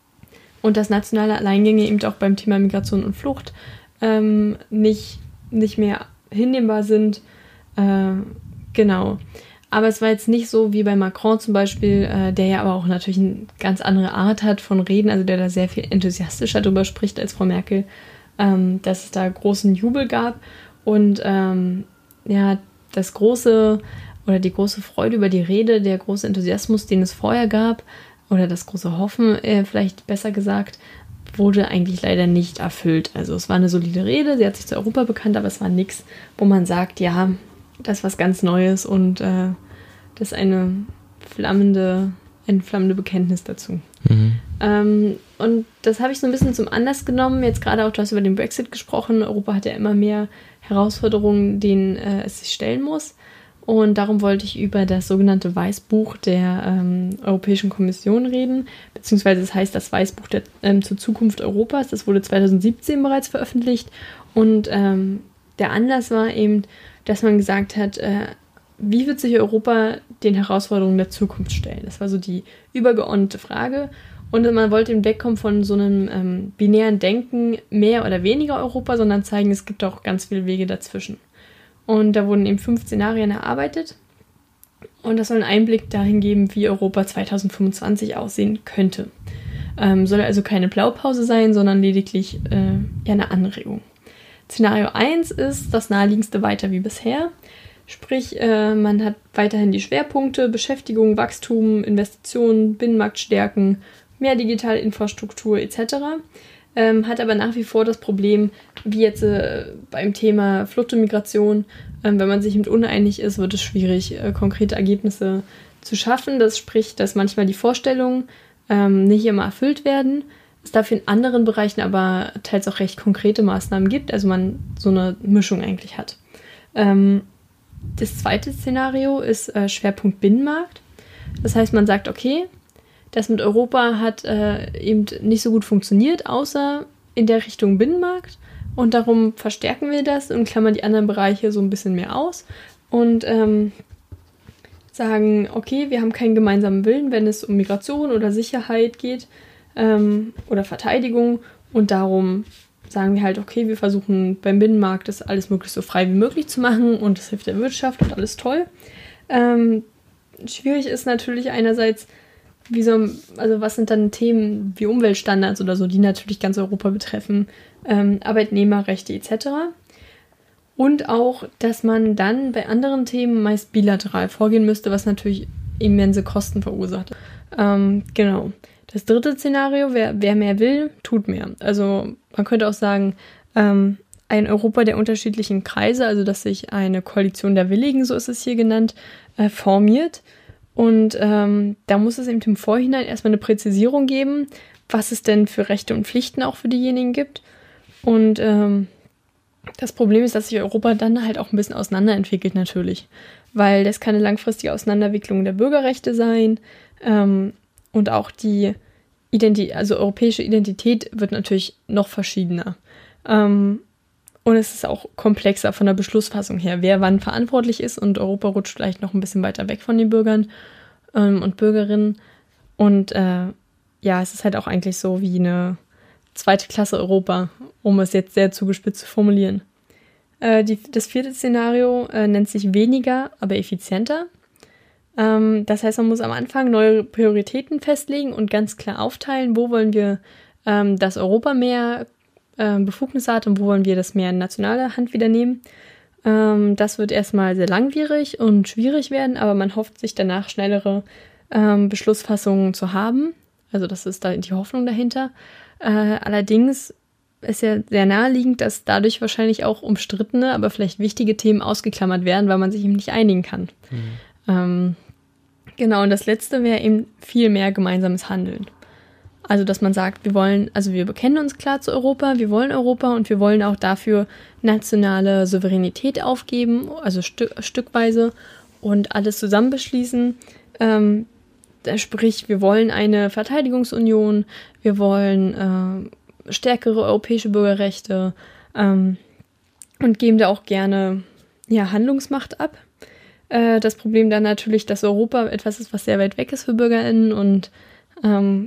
Und dass nationale Alleingänge eben auch beim Thema Migration und Flucht ähm, nicht, nicht mehr hinnehmbar sind. Äh, genau. Aber es war jetzt nicht so wie bei Macron zum Beispiel, äh, der ja aber auch natürlich eine ganz andere Art hat von Reden, also der da sehr viel enthusiastischer drüber spricht als Frau Merkel, ähm, dass es da großen Jubel gab und ähm, ja, das große oder die große Freude über die Rede, der große Enthusiasmus, den es vorher gab, oder das große Hoffen, äh, vielleicht besser gesagt, wurde eigentlich leider nicht erfüllt. Also es war eine solide Rede, sie hat sich zu Europa bekannt, aber es war nichts, wo man sagt, ja, das ist was ganz Neues und äh, das ist eine flammende, ein flammende Bekenntnis dazu. Mhm. Ähm, und das habe ich so ein bisschen zum Anlass genommen. Jetzt gerade auch, du hast über den Brexit gesprochen. Europa hat ja immer mehr Herausforderungen, denen äh, es sich stellen muss. Und darum wollte ich über das sogenannte Weißbuch der ähm, Europäischen Kommission reden, beziehungsweise es heißt das Weißbuch der, ähm, zur Zukunft Europas. Das wurde zwanzig siebzehn bereits veröffentlicht. Und ähm, der Anlass war eben, dass man gesagt hat, äh, wie wird sich Europa den Herausforderungen der Zukunft stellen? Das war so die übergeordnete Frage. Und man wollte eben wegkommen von so einem ähm, binären Denken, mehr oder weniger Europa, sondern zeigen, es gibt auch ganz viele Wege dazwischen. Und da wurden eben fünf Szenarien erarbeitet. Und das soll einen Einblick dahin geben, wie Europa zwanzig fünfundzwanzig aussehen könnte. Ähm, soll also keine Blaupause sein, sondern lediglich äh, ja, eine Anregung. Szenario eins ist das naheliegendste weiter wie bisher. Sprich, äh, man hat weiterhin die Schwerpunkte, Beschäftigung, Wachstum, Investitionen, Binnenmarkt stärken, mehr digitale Infrastruktur et cetera. Ähm, hat aber nach wie vor das Problem, wie jetzt äh, beim Thema Flucht und Migration, äh, wenn man sich mit uneinig ist, wird es schwierig, äh, konkrete Ergebnisse zu schaffen. Das spricht, dass manchmal die Vorstellungen ähm, nicht immer erfüllt werden. Es dafür in anderen Bereichen aber teils auch recht konkrete Maßnahmen gibt, also man so eine Mischung eigentlich hat. Ähm, das zweite Szenario ist äh, Schwerpunkt Binnenmarkt. Das heißt, man sagt, okay, das mit Europa hat äh, eben nicht so gut funktioniert, außer in der Richtung Binnenmarkt. Und darum verstärken wir das und klammern die anderen Bereiche so ein bisschen mehr aus. Und ähm, sagen, okay, wir haben keinen gemeinsamen Willen, wenn es um Migration oder Sicherheit geht ähm, oder Verteidigung. Und darum sagen wir halt, okay, wir versuchen beim Binnenmarkt das alles möglichst so frei wie möglich zu machen und das hilft der Wirtschaft und alles toll. Ähm, schwierig ist natürlich einerseits, wie so, also was sind dann Themen wie Umweltstandards oder so, die natürlich ganz Europa betreffen, ähm, Arbeitnehmerrechte et cetera. Und auch, dass man dann bei anderen Themen meist bilateral vorgehen müsste, was natürlich immense Kosten verursacht. Ähm, genau. Das dritte Szenario, wer, wer mehr will, tut mehr. Also man könnte auch sagen, ähm, ein Europa der unterschiedlichen Kreise, also dass sich eine Koalition der Willigen, so ist es hier genannt, äh, formiert. Und ähm, da muss es eben im Vorhinein erstmal eine Präzisierung geben, was es denn für Rechte und Pflichten auch für diejenigen gibt. Und ähm, das Problem ist, dass sich Europa dann halt auch ein bisschen auseinanderentwickelt natürlich, weil das kann eine langfristige Auseinanderwicklung der Bürgerrechte sein, ähm, und auch die Identi- also europäische Identität wird natürlich noch verschiedener. Ähm, und es ist auch komplexer von der Beschlussfassung her, wer wann verantwortlich ist, und Europa rutscht vielleicht noch ein bisschen weiter weg von den Bürgern ähm, und Bürgerinnen. Und äh, ja, es ist halt auch eigentlich so wie eine zweite Klasse Europa, um es jetzt sehr zugespitzt zu formulieren. Äh, die, das vierte Szenario äh, nennt sich weniger, aber effizienter. Ähm, das heißt, man muss am Anfang neue Prioritäten festlegen und ganz klar aufteilen, wo wollen wir, ähm, dass Europa mehr äh, Befugnisse hat und wo wollen wir das mehr in nationale Hand wieder nehmen. Ähm, das wird erstmal sehr langwierig und schwierig werden, aber man hofft sich danach schnellere ähm, Beschlussfassungen zu haben. Also das ist da die Hoffnung dahinter. Äh, allerdings ist ja sehr naheliegend, dass dadurch wahrscheinlich auch umstrittene, aber vielleicht wichtige Themen ausgeklammert werden, weil man sich eben nicht einigen kann. Mhm. Ähm, genau, und das letzte wäre eben viel mehr gemeinsames Handeln. Also, dass man sagt, wir wollen, also wir bekennen uns klar zu Europa, wir wollen Europa und wir wollen auch dafür nationale Souveränität aufgeben, also stück, stückweise und alles zusammen beschließen. Ähm, sprich, wir wollen eine Verteidigungsunion, wir wollen äh, stärkere europäische Bürgerrechte ähm, und geben da auch gerne ja, Handlungsmacht ab. Das Problem dann natürlich, dass Europa etwas ist, was sehr weit weg ist für BürgerInnen und ähm,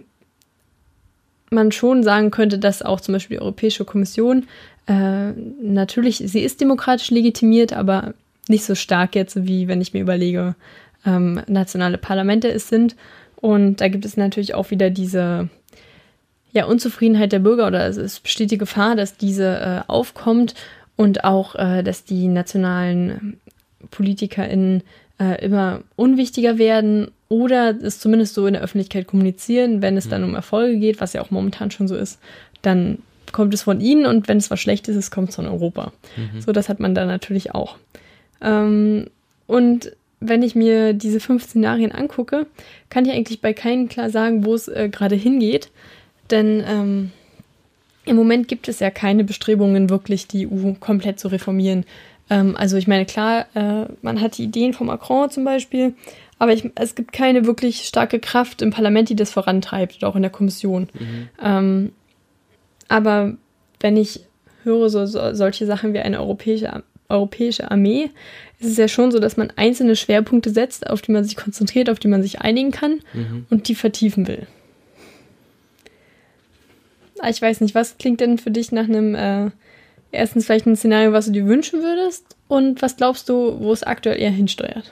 man schon sagen könnte, dass auch zum Beispiel die Europäische Kommission äh, natürlich, sie ist demokratisch legitimiert, aber nicht so stark jetzt, wie wenn ich mir überlege, ähm, nationale Parlamente es sind. Und da gibt es natürlich auch wieder diese ja, Unzufriedenheit der Bürger oder es besteht die Gefahr, dass diese äh, aufkommt und auch, äh, dass die nationalen PolitikerInnen äh, immer unwichtiger werden oder es zumindest so in der Öffentlichkeit kommunizieren, wenn es dann um Erfolge geht, was ja auch momentan schon so ist, dann kommt es von ihnen und wenn es was Schlechtes ist, kommt es von Europa. Mhm. So, das hat man da natürlich auch. Ähm, und wenn ich mir diese fünf Szenarien angucke, kann ich eigentlich bei keinem klar sagen, wo es äh, gerade hingeht, denn ähm, im Moment gibt es ja keine Bestrebungen, wirklich die E U komplett zu reformieren. Also ich meine, klar, äh, man hat die Ideen von Macron zum Beispiel, aber ich, es gibt keine wirklich starke Kraft im Parlament, die das vorantreibt oder auch in der Kommission. Mhm. Ähm, aber wenn ich höre so, so solche Sachen wie eine europäische, europäische Armee, ist es ja schon so, dass man einzelne Schwerpunkte setzt, auf die man sich konzentriert, auf die man sich einigen kann mhm. und die vertiefen will. Ich weiß nicht, was klingt denn für dich nach einem... Äh, Erstens vielleicht ein Szenario, was du dir wünschen würdest und was glaubst du, wo es aktuell eher hinsteuert?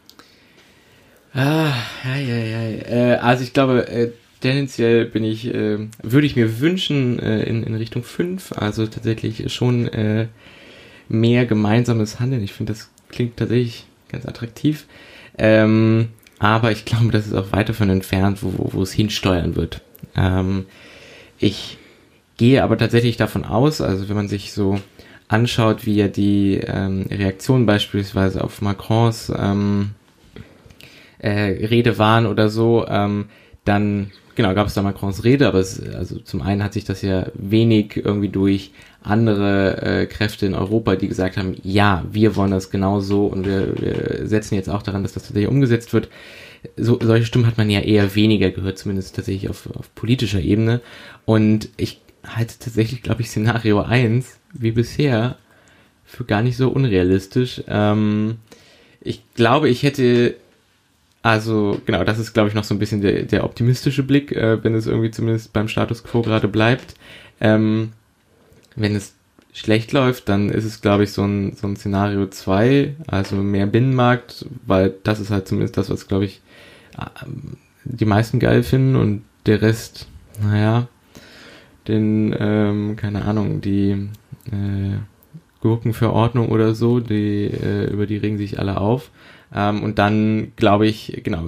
Ah, ja, ja, ja. Äh, also ich glaube, äh, tendenziell bin ich, äh, würde ich mir wünschen äh, in, in Richtung fünf, also tatsächlich schon äh, mehr gemeinsames Handeln. Ich finde, das klingt tatsächlich ganz attraktiv. Ähm, aber ich glaube, das ist auch weit davon entfernt, wo, wo, wo es hinsteuern wird. Ähm, ich gehe aber tatsächlich davon aus, also wenn man sich so anschaut, wie ja die ähm, Reaktionen beispielsweise auf Macrons ähm, äh, Rede waren oder so, ähm, dann, genau, gab es da Macrons Rede, aber es, also zum einen hat sich das ja wenig irgendwie durch andere äh, Kräfte in Europa, die gesagt haben, ja, wir wollen das genau so und wir, wir setzen jetzt auch daran, dass das tatsächlich umgesetzt wird. So, solche Stimmen hat man ja eher weniger gehört, zumindest tatsächlich auf, auf politischer Ebene. Und ich halte tatsächlich, glaube ich, Szenario eins, wie bisher, für gar nicht so unrealistisch. Ähm, ich glaube, ich hätte, also genau, das ist, glaube ich, noch so ein bisschen der, der optimistische Blick, äh, wenn es irgendwie zumindest beim Status Quo gerade bleibt. Ähm, wenn es schlecht läuft, dann ist es, glaube ich, so ein, so ein Szenario zwei, also mehr Binnenmarkt, weil das ist halt zumindest das, was, glaube ich, die meisten geil finden und der Rest, naja, den, ähm, keine Ahnung, die äh, Gurkenverordnung oder so, die, äh, über die regen sich alle auf. Ähm, und dann, glaube ich, genau, best-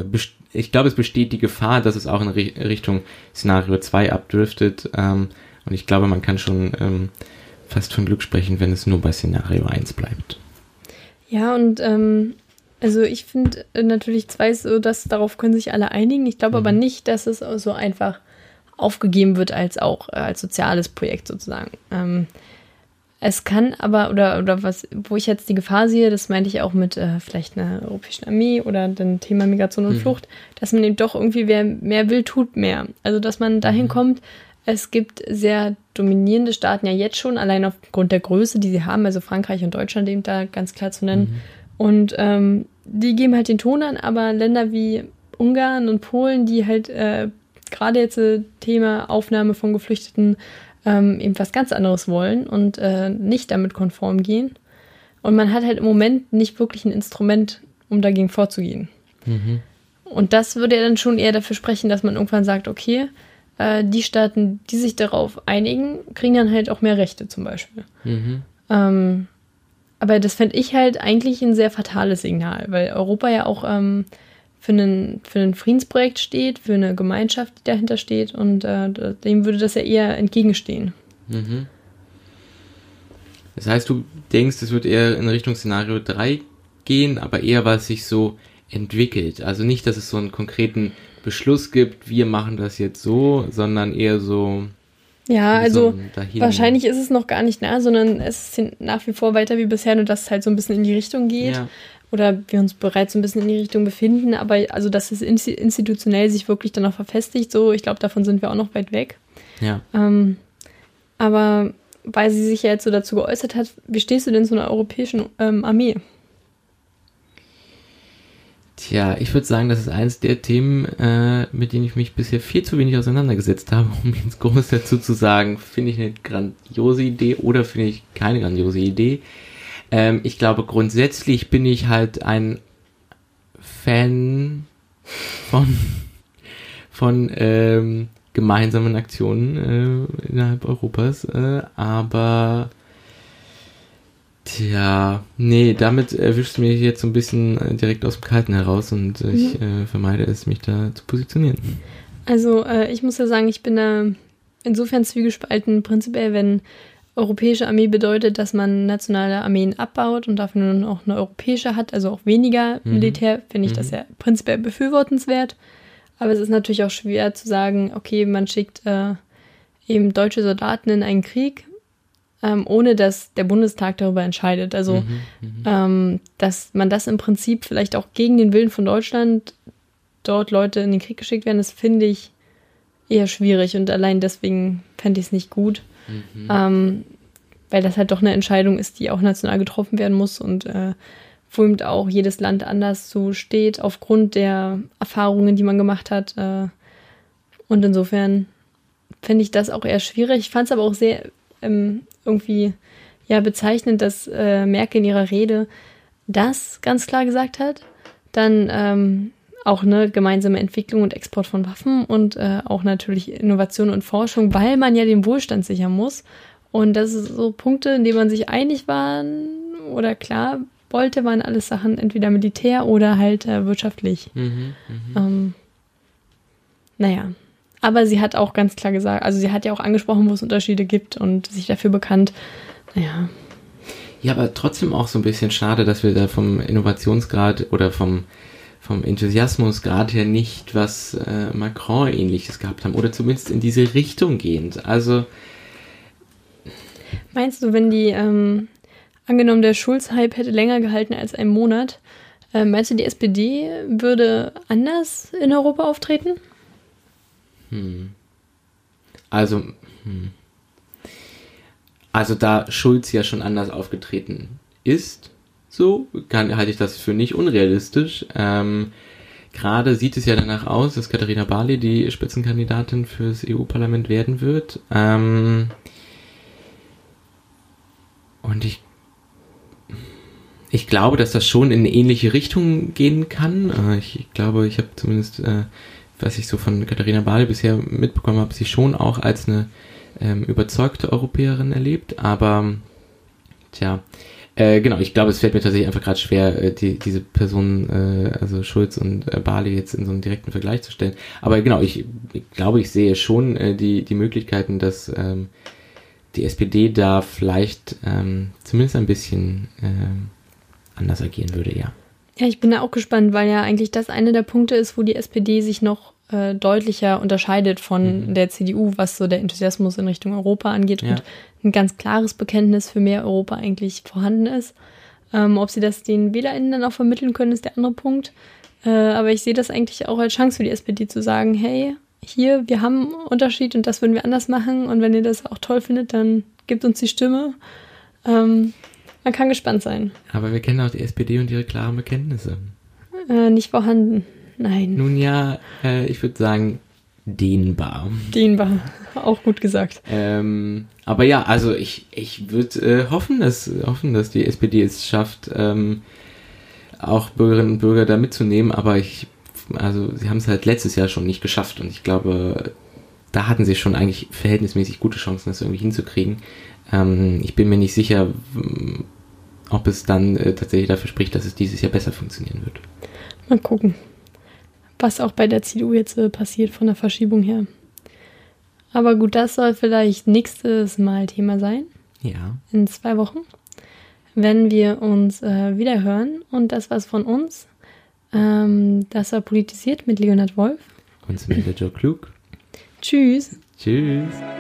ich glaube, es besteht die Gefahr, dass es auch in Richtung Szenario zwei abdriftet. Ähm, und ich glaube, man kann schon ähm, fast von Glück sprechen, wenn es nur bei Szenario eins bleibt.
Ja, und ähm, also ich finde natürlich zwei ist so, dass darauf können sich alle einigen. Ich glaube mhm. aber nicht, dass es so einfach aufgegeben wird als auch äh, als soziales Projekt sozusagen. Ähm, es kann aber, oder oder was, wo ich jetzt die Gefahr sehe, das meinte ich auch mit äh, vielleicht einer europäischen Armee oder dem Thema Migration und mhm. Flucht, dass man eben doch irgendwie, wer mehr will, tut mehr. Also dass man dahin mhm. kommt, es gibt sehr dominierende Staaten ja jetzt schon, allein aufgrund der Größe, die sie haben, also Frankreich und Deutschland eben da ganz klar zu nennen. Mhm. Und ähm, die geben halt den Ton an, aber Länder wie Ungarn und Polen, die halt äh, gerade jetzt äh, Thema Aufnahme von Geflüchteten ähm, eben was ganz anderes wollen und äh, nicht damit konform gehen. Und man hat halt im Moment nicht wirklich ein Instrument, um dagegen vorzugehen. Mhm. Und das würde ja dann schon eher dafür sprechen, dass man irgendwann sagt, okay, äh, die Staaten, die sich darauf einigen, kriegen dann halt auch mehr Rechte zum Beispiel. Mhm. Ähm, aber das fände ich halt eigentlich ein sehr fatales Signal, weil Europa ja auch ähm, für einen, für ein Friedensprojekt steht, für eine Gemeinschaft, die dahinter steht und äh, dem würde das ja eher entgegenstehen.
Mhm. Das heißt, du denkst, es wird eher in Richtung Szenario drei gehen, aber eher, was sich so entwickelt. Also nicht, dass es so einen konkreten Beschluss gibt, wir machen das jetzt so, sondern eher so...
Ja, also so wahrscheinlich ist es noch gar nicht nah, sondern es ist nach wie vor weiter wie bisher, nur dass es halt so ein bisschen in die Richtung geht. Ja. Oder wir uns bereits so ein bisschen in die Richtung befinden, aber also dass es institutionell sich wirklich dann auch verfestigt, so, ich glaube, davon sind wir auch noch weit weg.
Ja.
Ähm, aber weil sie sich ja jetzt so dazu geäußert hat, wie stehst du denn zu einer europäischen ähm, Armee?
Tja, ich würde sagen, das ist eines der Themen, äh, mit denen ich mich bisher viel zu wenig auseinandergesetzt habe, um jetzt groß dazu zu sagen, finde ich eine grandiose Idee oder finde ich keine grandiose Idee. Ähm, ich glaube, grundsätzlich bin ich halt ein Fan von, von ähm, gemeinsamen Aktionen äh, innerhalb Europas, äh, aber tja, nee, damit erwischst du mich jetzt so ein bisschen direkt aus dem Kalten heraus und mhm. ich äh, vermeide es, mich da zu positionieren.
Also äh, ich muss ja sagen, ich bin da insofern zwiegespalten, prinzipiell, wenn europäische Armee bedeutet, dass man nationale Armeen abbaut und dafür nur noch eine europäische hat, also auch weniger mhm. Militär, finde ich mhm. das ja prinzipiell befürwortenswert. Aber es ist natürlich auch schwer zu sagen, okay, man schickt äh, eben deutsche Soldaten in einen Krieg, ähm, ohne dass der Bundestag darüber entscheidet. Also, mhm. ähm, dass man das im Prinzip vielleicht auch gegen den Willen von Deutschland dort Leute in den Krieg geschickt werden, das finde ich eher schwierig und allein deswegen fände ich es nicht gut. Mhm. Ähm, weil das halt doch eine Entscheidung ist, die auch national getroffen werden muss und äh, wo eben auch jedes Land anders so steht, aufgrund der Erfahrungen, die man gemacht hat. Äh, und insofern finde ich das auch eher schwierig. Ich fand es aber auch sehr ähm, irgendwie ja bezeichnend, dass äh, Merkel in ihrer Rede das ganz klar gesagt hat. Dann ähm, auch eine gemeinsame Entwicklung und Export von Waffen und äh, auch natürlich Innovation und Forschung, weil man ja den Wohlstand sichern muss. Und das sind so Punkte, in denen man sich einig war oder klar wollte, waren alles Sachen entweder militär oder halt äh, wirtschaftlich. Mhm, ähm, naja, aber sie hat auch ganz klar gesagt, also sie hat ja auch angesprochen, wo es Unterschiede gibt und sich dafür bekannt. Naja.
Ja, aber trotzdem auch so ein bisschen schade, dass wir da vom Innovationsgrad oder vom vom Enthusiasmusgrad her nicht was äh, Macron-ähnliches gehabt haben oder zumindest in diese Richtung gehend. Also
meinst du, wenn die ähm, angenommen der Schulz-Hype hätte länger gehalten als einen Monat, äh, meinst du, die S P D würde anders in Europa auftreten?
Hm. Also hm. also da Schulz ja schon anders aufgetreten ist, so kann, halte ich das für nicht unrealistisch. Ähm, gerade sieht es ja danach aus, dass Katharina Barley die Spitzenkandidatin fürs E U-Parlament werden wird. Ähm, und ich ich glaube, dass das schon in eine ähnliche Richtung gehen kann. Äh, ich glaube, ich habe zumindest, äh, was ich so von Katharina Barley bisher mitbekommen habe, sie schon auch als eine ähm, überzeugte Europäerin erlebt. Aber tja, Äh, genau, ich glaube, es fällt mir tatsächlich einfach gerade schwer, äh, die, diese Personen, äh, also Schulz und äh, Barley jetzt in so einen direkten Vergleich zu stellen. Aber genau, ich, ich glaube, ich sehe schon äh, die, die Möglichkeiten, dass ähm, die S P D da vielleicht ähm, zumindest ein bisschen ähm, anders agieren würde, ja.
Ja, ich bin da auch gespannt, weil ja eigentlich das eine der Punkte ist, wo die S P D sich noch äh, deutlicher unterscheidet von mhm. der C D U, was so der Enthusiasmus in Richtung Europa angeht ja. und ein ganz klares Bekenntnis für mehr Europa eigentlich vorhanden ist. Ähm, ob sie das den WählerInnen dann auch vermitteln können, ist der andere Punkt. Äh, aber ich sehe das eigentlich auch als Chance für die S P D zu sagen, hey, hier, wir haben einen Unterschied und das würden wir anders machen und wenn ihr das auch toll findet, dann gebt uns die Stimme. Ähm, man kann gespannt sein.
Aber wir kennen auch die S P D und ihre klaren Bekenntnisse.
Äh, nicht vorhanden, nein.
Nun ja, äh, ich würde sagen, dehnbar.
Dehnbar, auch gut gesagt.
Ähm, aber ja, also ich, ich würde äh, hoffen, dass, hoffen, dass die S P D es schafft, ähm, auch Bürgerinnen und Bürger da mitzunehmen, aber ich, also sie haben es halt letztes Jahr schon nicht geschafft und ich glaube, da hatten sie schon eigentlich verhältnismäßig gute Chancen, das irgendwie hinzukriegen. Ähm, ich bin mir nicht sicher, ob es dann äh, tatsächlich dafür spricht, dass es dieses Jahr besser funktionieren wird.
Mal gucken, was auch bei der C D U jetzt äh, passiert von der Verschiebung her. Aber gut, das soll vielleicht nächstes Mal Thema sein.
Ja.
In zwei Wochen, wenn wir uns äh, wieder hören. Und das war's von uns. Ähm, das war Politisiert mit Leonhard Wolf.
Und Samantha Jo Klug.
Tschüss.
Tschüss.